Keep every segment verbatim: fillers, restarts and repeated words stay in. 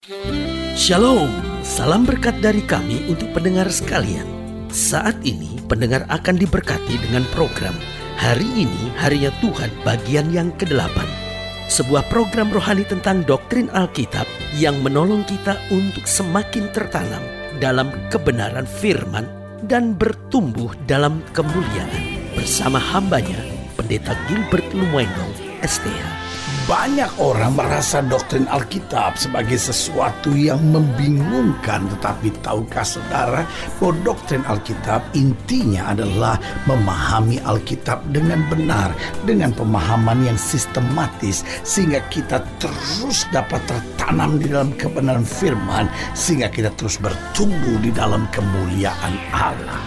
Shalom, salam berkat dari kami untuk pendengar sekalian. Saat ini pendengar akan diberkati dengan program Hari Ini Harinya Tuhan bagian yang kedelapan. Sebuah program rohani tentang doktrin Alkitab yang menolong kita untuk semakin tertanam dalam kebenaran firman dan bertumbuh dalam kemuliaan. Bersama hambanya, Pendeta Gilbert Lumendo, S T H. Banyak orang merasa doktrin Alkitab sebagai sesuatu yang membingungkan. Tetapi tahukah saudara bahwa doktrin Alkitab intinya adalah memahami Alkitab dengan benar, dengan pemahaman yang sistematis, sehingga kita terus dapat tertanam di dalam kebenaran firman, sehingga kita terus bertumbuh di dalam kemuliaan Allah.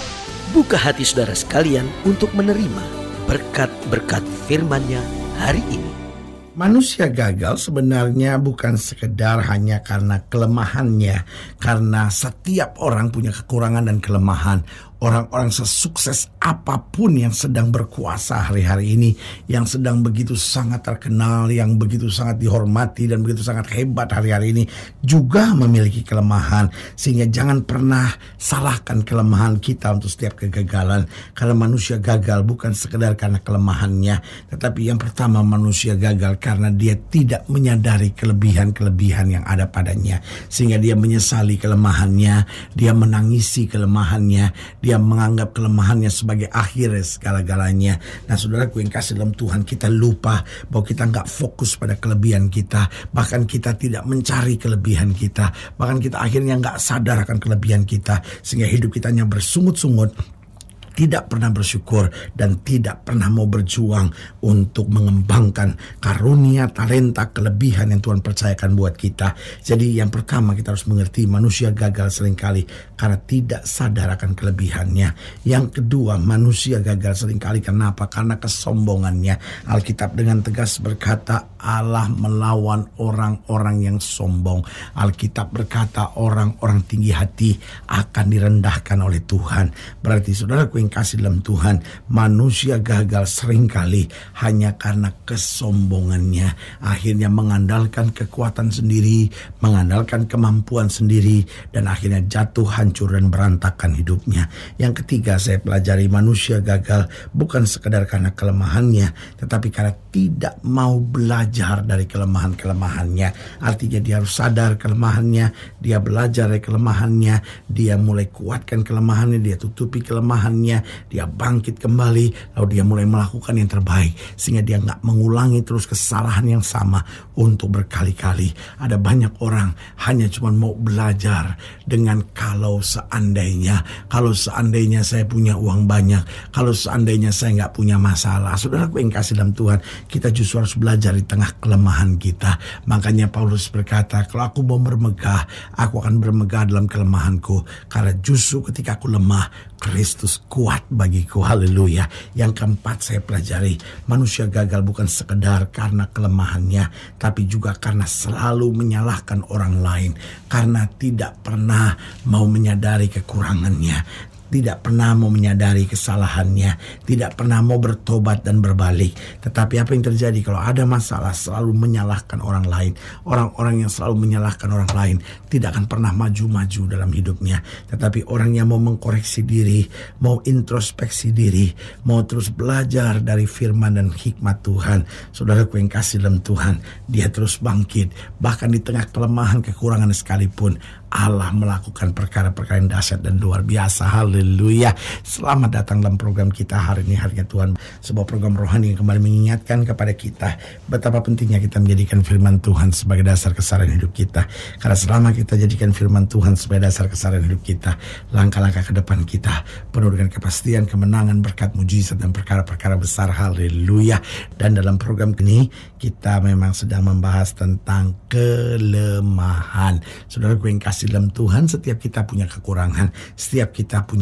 Buka hati saudara sekalian untuk menerima berkat-berkat firman-Nya hari ini. Manusia gagal sebenarnya bukan sekedar hanya karena kelemahannya, karena setiap orang punya kekurangan dan kelemahan. Orang-orang sesukses apapun yang sedang berkuasa hari-hari ini, yang sedang begitu sangat terkenal, yang begitu sangat dihormati dan begitu sangat hebat hari-hari ini, juga memiliki kelemahan. Sehingga jangan pernah salahkan kelemahan kita untuk setiap kegagalan. Karena manusia gagal bukan sekedar karena kelemahannya, tetapi yang pertama, manusia gagal karena dia tidak menyadari kelebihan-kelebihan yang ada padanya. Sehingga dia menyesali kelemahannya, dia menangisi kelemahannya, dia menganggap kelemahannya sebagai akhir segala-galanya. Nah, saudaraku yang kasih dalam Tuhan, kita lupa bahwa kita nggak fokus pada kelebihan kita. Bahkan kita tidak mencari kelebihan kita. Bahkan kita akhirnya nggak sadar akan kelebihan kita. Sehingga hidup kita hanya bersungut-sungut, tidak pernah bersyukur, dan tidak pernah mau berjuang untuk mengembangkan karunia, talenta, kelebihan yang Tuhan percayakan buat kita. Jadi yang pertama kita harus mengerti manusia gagal seringkali karena tidak sadar akan kelebihannya. Yang kedua, manusia gagal seringkali karena apa? Karena kesombongannya. Alkitab dengan tegas berkata, Allah melawan orang-orang yang sombong. Alkitab berkata orang-orang tinggi hati akan direndahkan oleh Tuhan. Berarti saudaraku yang kasih dalam Tuhan, manusia gagal seringkali hanya karena kesombongannya. Akhirnya mengandalkan kekuatan sendiri, mengandalkan kemampuan sendiri, dan akhirnya jatuh, hancur, dan berantakan hidupnya. Yang ketiga, saya pelajari manusia gagal bukan sekedar karena kelemahannya, tetapi karena tidak mau belajar dari kelemahan-kelemahannya. Artinya dia harus sadar kelemahannya, dia belajar dari kelemahannya, dia mulai kuatkan kelemahannya, dia tutupi kelemahannya, dia bangkit kembali, lalu dia mulai melakukan yang terbaik, sehingga dia nggak mengulangi terus kesalahan yang sama untuk berkali-kali. Ada banyak orang hanya cuma mau belajar dengan kalau seandainya, kalau seandainya saya punya uang banyak, kalau seandainya saya nggak punya masalah. Saudaraku yang kasih dalam Tuhan, kita justru harus belajar di tengah kelemahan kita. Makanya Paulus berkata, kalau aku mau bermegah, aku akan bermegah dalam kelemahanku, karena justru ketika aku lemah, Kristus kuat bagiku. Haleluya. Yang keempat, saya pelajari manusia gagal bukan sekedar karena kelemahannya, tapi juga karena selalu menyalahkan orang lain, karena tidak pernah mau menyadari kekurangannya, tidak pernah mau menyadari kesalahannya, tidak pernah mau bertobat dan berbalik. Tetapi apa yang terjadi kalau ada masalah? Selalu menyalahkan orang lain. Orang-orang yang selalu menyalahkan orang lain tidak akan pernah maju-maju dalam hidupnya. Tetapi orang yang mau mengkoreksi diri, mau introspeksi diri, mau terus belajar dari firman dan hikmat Tuhan, saudaraku yang kasih dalam Tuhan, dia terus bangkit. Bahkan di tengah kelemahan, kekurangan sekalipun, Allah melakukan perkara-perkara yang dahsyat dan luar biasa. Haleluya. Selamat datang dalam program kita hari ini, Harinya Tuhan. Sebuah program rohani yang kembali mengingatkan kepada kita betapa pentingnya kita menjadikan firman Tuhan sebagai dasar keseharian hidup kita. Karena selama kita jadikan firman Tuhan sebagai dasar keseharian hidup kita, langkah-langkah ke depan kita penuh dengan kepastian, kemenangan, berkat, mujizat, dan perkara-perkara besar. Haleluya. Dan dalam program ini kita memang sedang membahas tentang kelemahan. Saudara, gue yang kasih dalam Tuhan, setiap kita punya kekurangan, setiap kita punya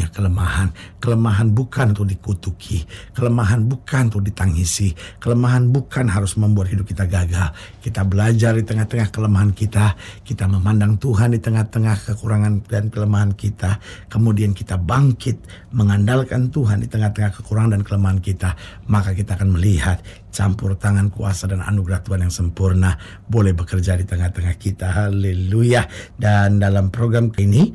punya kelemahan. Kelemahan bukan untuk dikutuki. Kelemahan bukan untuk ditangisi. Kelemahan bukan harus membuat hidup kita gagal. Kita belajar di tengah-tengah kelemahan kita. Kita memandang Tuhan di tengah-tengah kekurangan dan kelemahan kita. Kemudian kita bangkit mengandalkan Tuhan di tengah-tengah kekurangan dan kelemahan kita. Maka kita akan melihat campur tangan kuasa dan anugerah Tuhan yang sempurna boleh bekerja di tengah-tengah kita. Haleluya. Dan dalam program ini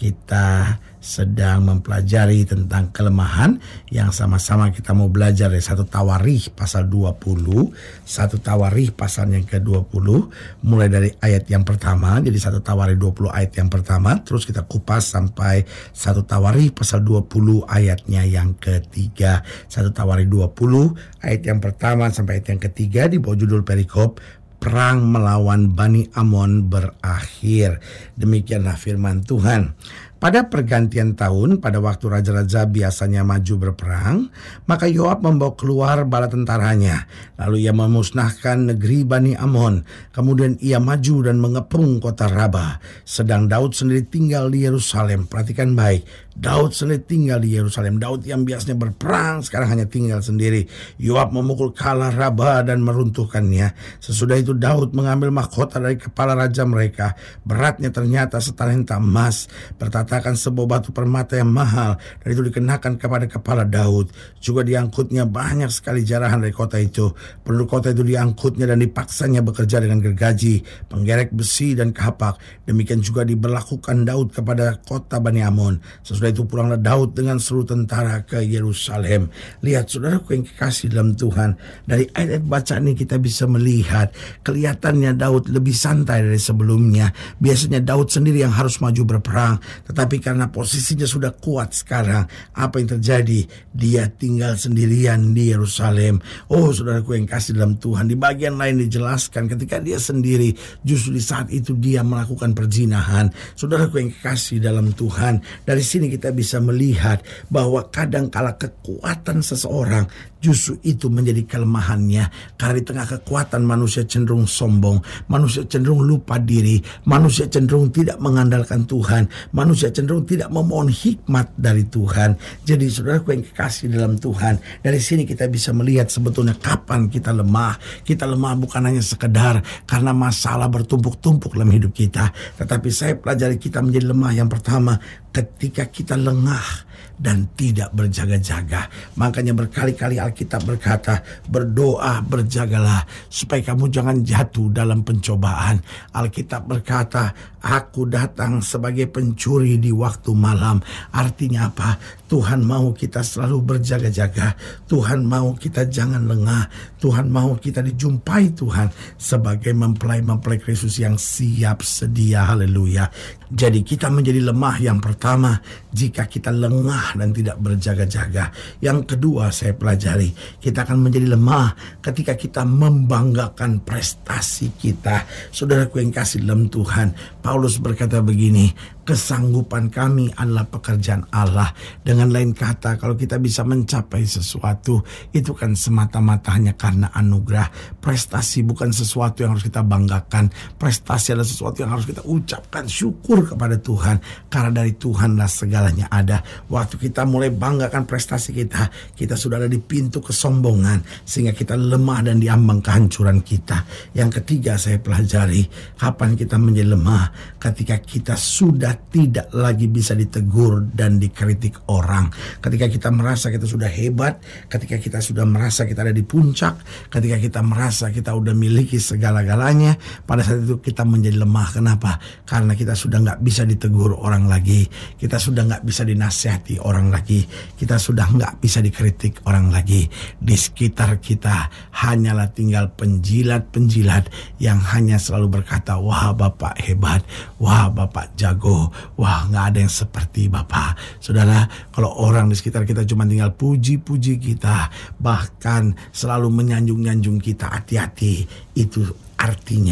kita sedang mempelajari tentang kelemahan yang sama-sama kita mau belajar dari satu Tawarikh pasal dua puluh, satu Tawarikh pasal yang ke dua puluh, mulai dari ayat yang pertama. Jadi satu Tawarikh dua puluh ayat yang pertama, terus kita kupas sampai satu Tawarikh pasal dua puluh ayatnya yang ketiga. satu Tawarikh dua puluh ayat yang pertama sampai ayat yang ketiga di bawah judul perikop Perang melawan Bani Amon berakhir. Demikianlah firman Tuhan. Pada pergantian tahun, pada waktu raja-raja biasanya maju berperang, maka Yoab membawa keluar bala tentaranya. Lalu ia memusnahkan negeri Bani Amon. Kemudian ia maju dan mengepung kota Raba. Sedang Daud sendiri tinggal di Yerusalem. Perhatikan baik, Daud sendiri tinggal di Yerusalem. Daud yang biasanya berperang sekarang hanya tinggal sendiri. Yoab memukul kala Raba dan meruntuhkannya. Sesudah itu Daud mengambil mahkota dari kepala raja mereka. Beratnya ternyata setalenta emas, bertatakan sebuah batu permata yang mahal, dan itu dikenakan kepada kepala Daud. Juga diangkutnya banyak sekali jarahan dari kota itu. Penduduk kota itu diangkutnya dan dipaksanya bekerja dengan gergaji, penggerek besi dan kapak. Demikian juga diberlakukan Daud kepada kota Bani Amon. Sesudah itu pulanglah Daud dengan seluruh tentara ke Yerusalem. Lihat saudaraku yang kekasih dalam Tuhan, dari ayat-ayat bacaan ini kita bisa melihat kelihatannya Daud lebih santai dari sebelumnya. Biasanya Daud sendiri yang harus maju berperang, tetapi karena posisinya sudah kuat sekarang, apa yang terjadi? Dia tinggal sendirian di Yerusalem. Oh saudaraku yang kasih dalam Tuhan, di bagian lain dijelaskan ketika dia sendiri, justru di saat itu dia melakukan perzinahan. Saudaraku yang kekasih dalam Tuhan, dari sini kita bisa melihat bahwa kadangkala kekuatan seseorang justru itu menjadi kelemahannya. Karena di tengah kekuatan manusia cenderung sombong, manusia cenderung lupa diri, manusia cenderung tidak mengandalkan Tuhan, manusia cenderung tidak memohon hikmat dari Tuhan. Jadi saudaraku yang kekasih dalam Tuhan, dari sini kita bisa melihat sebetulnya kapan kita lemah. Kita lemah bukan hanya sekedar karena masalah bertumpuk-tumpuk dalam hidup kita, tetapi saya pelajari kita menjadi lemah yang pertama ketika kita lengah dan tidak berjaga-jaga. Makanya berkali-kali Alkitab berkata, berdoa berjagalah supaya kamu jangan jatuh dalam pencobaan. Alkitab berkata, aku datang sebagai pencuri di waktu malam. Artinya apa? Tuhan mau kita selalu berjaga-jaga. Tuhan mau kita jangan lengah. Tuhan mau kita dijumpai Tuhan sebagai mempelai-mempelai Kristus yang siap sedia. Haleluya. Jadi kita menjadi lemah yang pertama jika kita lengah dan tidak berjaga-jaga. Yang kedua saya pelajari, kita akan menjadi lemah ketika kita membanggakan prestasi kita. Saudaraku yang kasih dalam Tuhan, Paulus berkata begini, kesanggupan kami adalah pekerjaan Allah. Dengan lain kata, kalau kita bisa mencapai sesuatu, itu kan semata-mata hanya karena anugerah. Prestasi bukan sesuatu yang harus kita banggakan. Prestasi adalah sesuatu yang harus kita ucapkan syukur kepada Tuhan. Karena dari Tuhanlah segalanya ada. Waktu kita mulai banggakan prestasi kita, kita sudah ada di pintu kesombongan, sehingga kita lemah dan diambang kehancuran kita. Yang ketiga saya pelajari, kapan kita menjadi lemah? Ketika kita sudah tidak lagi bisa ditegur dan dikritik orang. Ketika kita merasa kita sudah hebat, ketika kita sudah merasa kita ada di puncak, ketika kita merasa kita sudah miliki segala-galanya, pada saat itu kita menjadi lemah. Kenapa? Karena kita sudah nggak bisa ditegur orang lagi, kita sudah nggak bisa dinasihati orang lagi, kita sudah nggak bisa dikritik orang lagi. Di sekitar kita hanyalah tinggal penjilat-penjilat yang hanya selalu berkata, wah Bapak hebat, wah Bapak jago, wah nggak ada yang seperti Bapak. Saudara, kalau orang di sekitar kita cuma tinggal puji-puji kita, bahkan selalu menyanjung-nyanjung kita, hati-hati. Itu artinya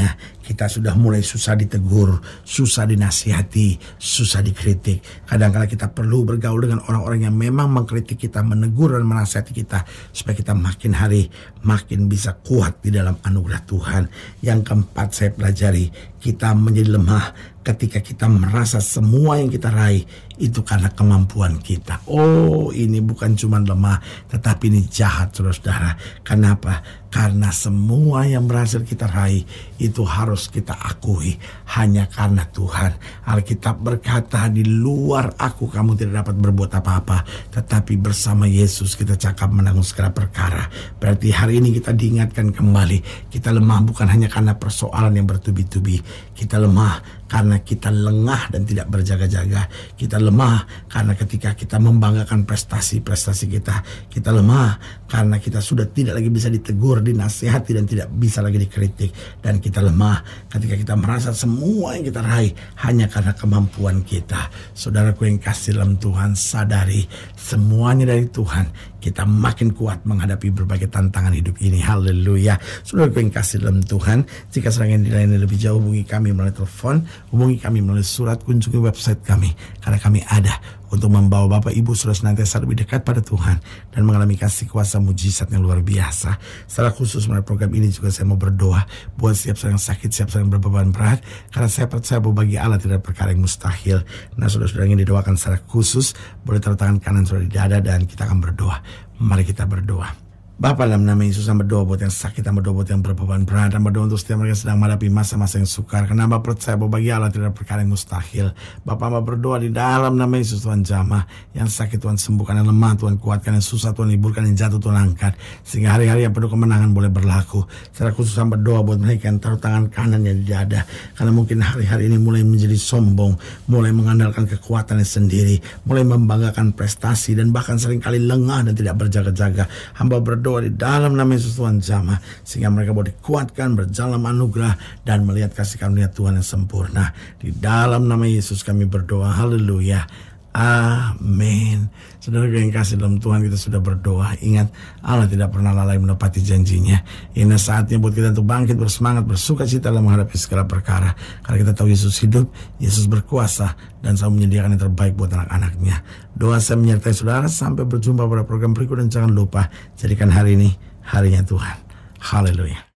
kita sudah mulai susah ditegur, susah dinasihati, susah dikritik. Kadang-kadang kita perlu bergaul dengan orang-orang yang memang mengkritik kita, menegur dan menasihati kita, supaya kita makin hari makin bisa kuat di dalam anugerah Tuhan. Yang keempat saya pelajari, kita menjadi lemah ketika kita merasa semua yang kita raih itu karena kemampuan kita. Oh, ini bukan cuma lemah, tetapi ini jahat, saudara-saudara. Kenapa? Karena semua yang berhasil kita raih itu harus kita akui hanya karena Tuhan. Alkitab berkata, di luar aku kamu tidak dapat berbuat apa-apa, tetapi bersama Yesus kita cakap menanggung segala perkara. Berarti hari ini kita diingatkan kembali, kita lemah bukan hanya karena persoalan yang bertubi-tubi. Kita lemah karena kita lengah dan tidak berjaga-jaga. Kita lemah karena ketika kita membanggakan prestasi-prestasi kita. Kita lemah karena kita sudah tidak lagi bisa ditegur, dinasihati, dan tidak bisa lagi dikritik. Dan kita lemah ketika kita merasa semua yang kita raih hanya karena kemampuan kita. Saudaraku yang kasih dalam Tuhan, sadari semuanya dari Tuhan. Kita makin kuat menghadapi berbagai tantangan hidup ini. Haleluya. Saudaraku yang kasih dalam Tuhan, jika sedang ingin dilayani lebih jauh, hubungi kami melalui telepon, hubungi kami melalui surat, kunjungi website kami, karena kami ada untuk membawa Bapak Ibu Saudara senantiasa lebih dekat pada Tuhan dan mengalami kasih kuasa mujizat yang luar biasa. Secara khusus melalui program ini juga saya mau berdoa buat setiap orang yang sakit, setiap orang yang berbeban berat, karena saya percaya bahwa bagi Allah tidak ada perkara yang mustahil. Nah, saudara-saudara yang didoakan secara khusus, boleh taruh tangan kanan saudara di dada dan kita akan berdoa. Mari kita berdoa. Bapa, dalam nama Yesus, hamba berdoa buat yang sakit, hamba berdoa buat yang berbeban berat, hamba berdoa untuk setiap mereka sedang menghadapi masa-masa yang sukar, karena hamba percaya bahwa bagi Allah tidak ada perkara yang mustahil. Bapa, hamba berdoa di dalam nama Yesus, Tuhan jamah yang sakit Tuhan sembuhkan, yang lemah Tuhan kuatkan, yang susah Tuhan liburkan, yang jatuh Tuhan angkat, sehingga hari-hari yang penuh kemenangan boleh berlaku. Secara khusus hamba berdoa buat mereka yang taruh tangan kanannya di dada, karena mungkin hari-hari ini mulai menjadi sombong, mulai mengandalkan kekuatannya sendiri, mulai membanggakan prestasi, dan bahkan seringkali lengah dan tidak berjaga-jaga. Hamba berdoa doa di dalam nama Yesus, Tuhan jamah sehingga mereka boleh dikuatkan, berjalan anugerah, dan melihat kasih karunia Tuhan yang sempurna. Di dalam nama Yesus kami berdoa. Haleluya. Amin. Saudara yang kasih dalam Tuhan, kita sudah berdoa. Ingat, Allah tidak pernah lalai menepati janjinya. Ini saatnya buat kita untuk bangkit, bersemangat, bersuka cita dalam menghadapi segala perkara. Karena kita tahu Yesus hidup, Yesus berkuasa, dan selalu menyediakan yang terbaik buat anak-anaknya. Doa saya menyertai saudara. Sampai berjumpa pada program berikut, dan jangan lupa jadikan hari ini harinya Tuhan. Haleluya.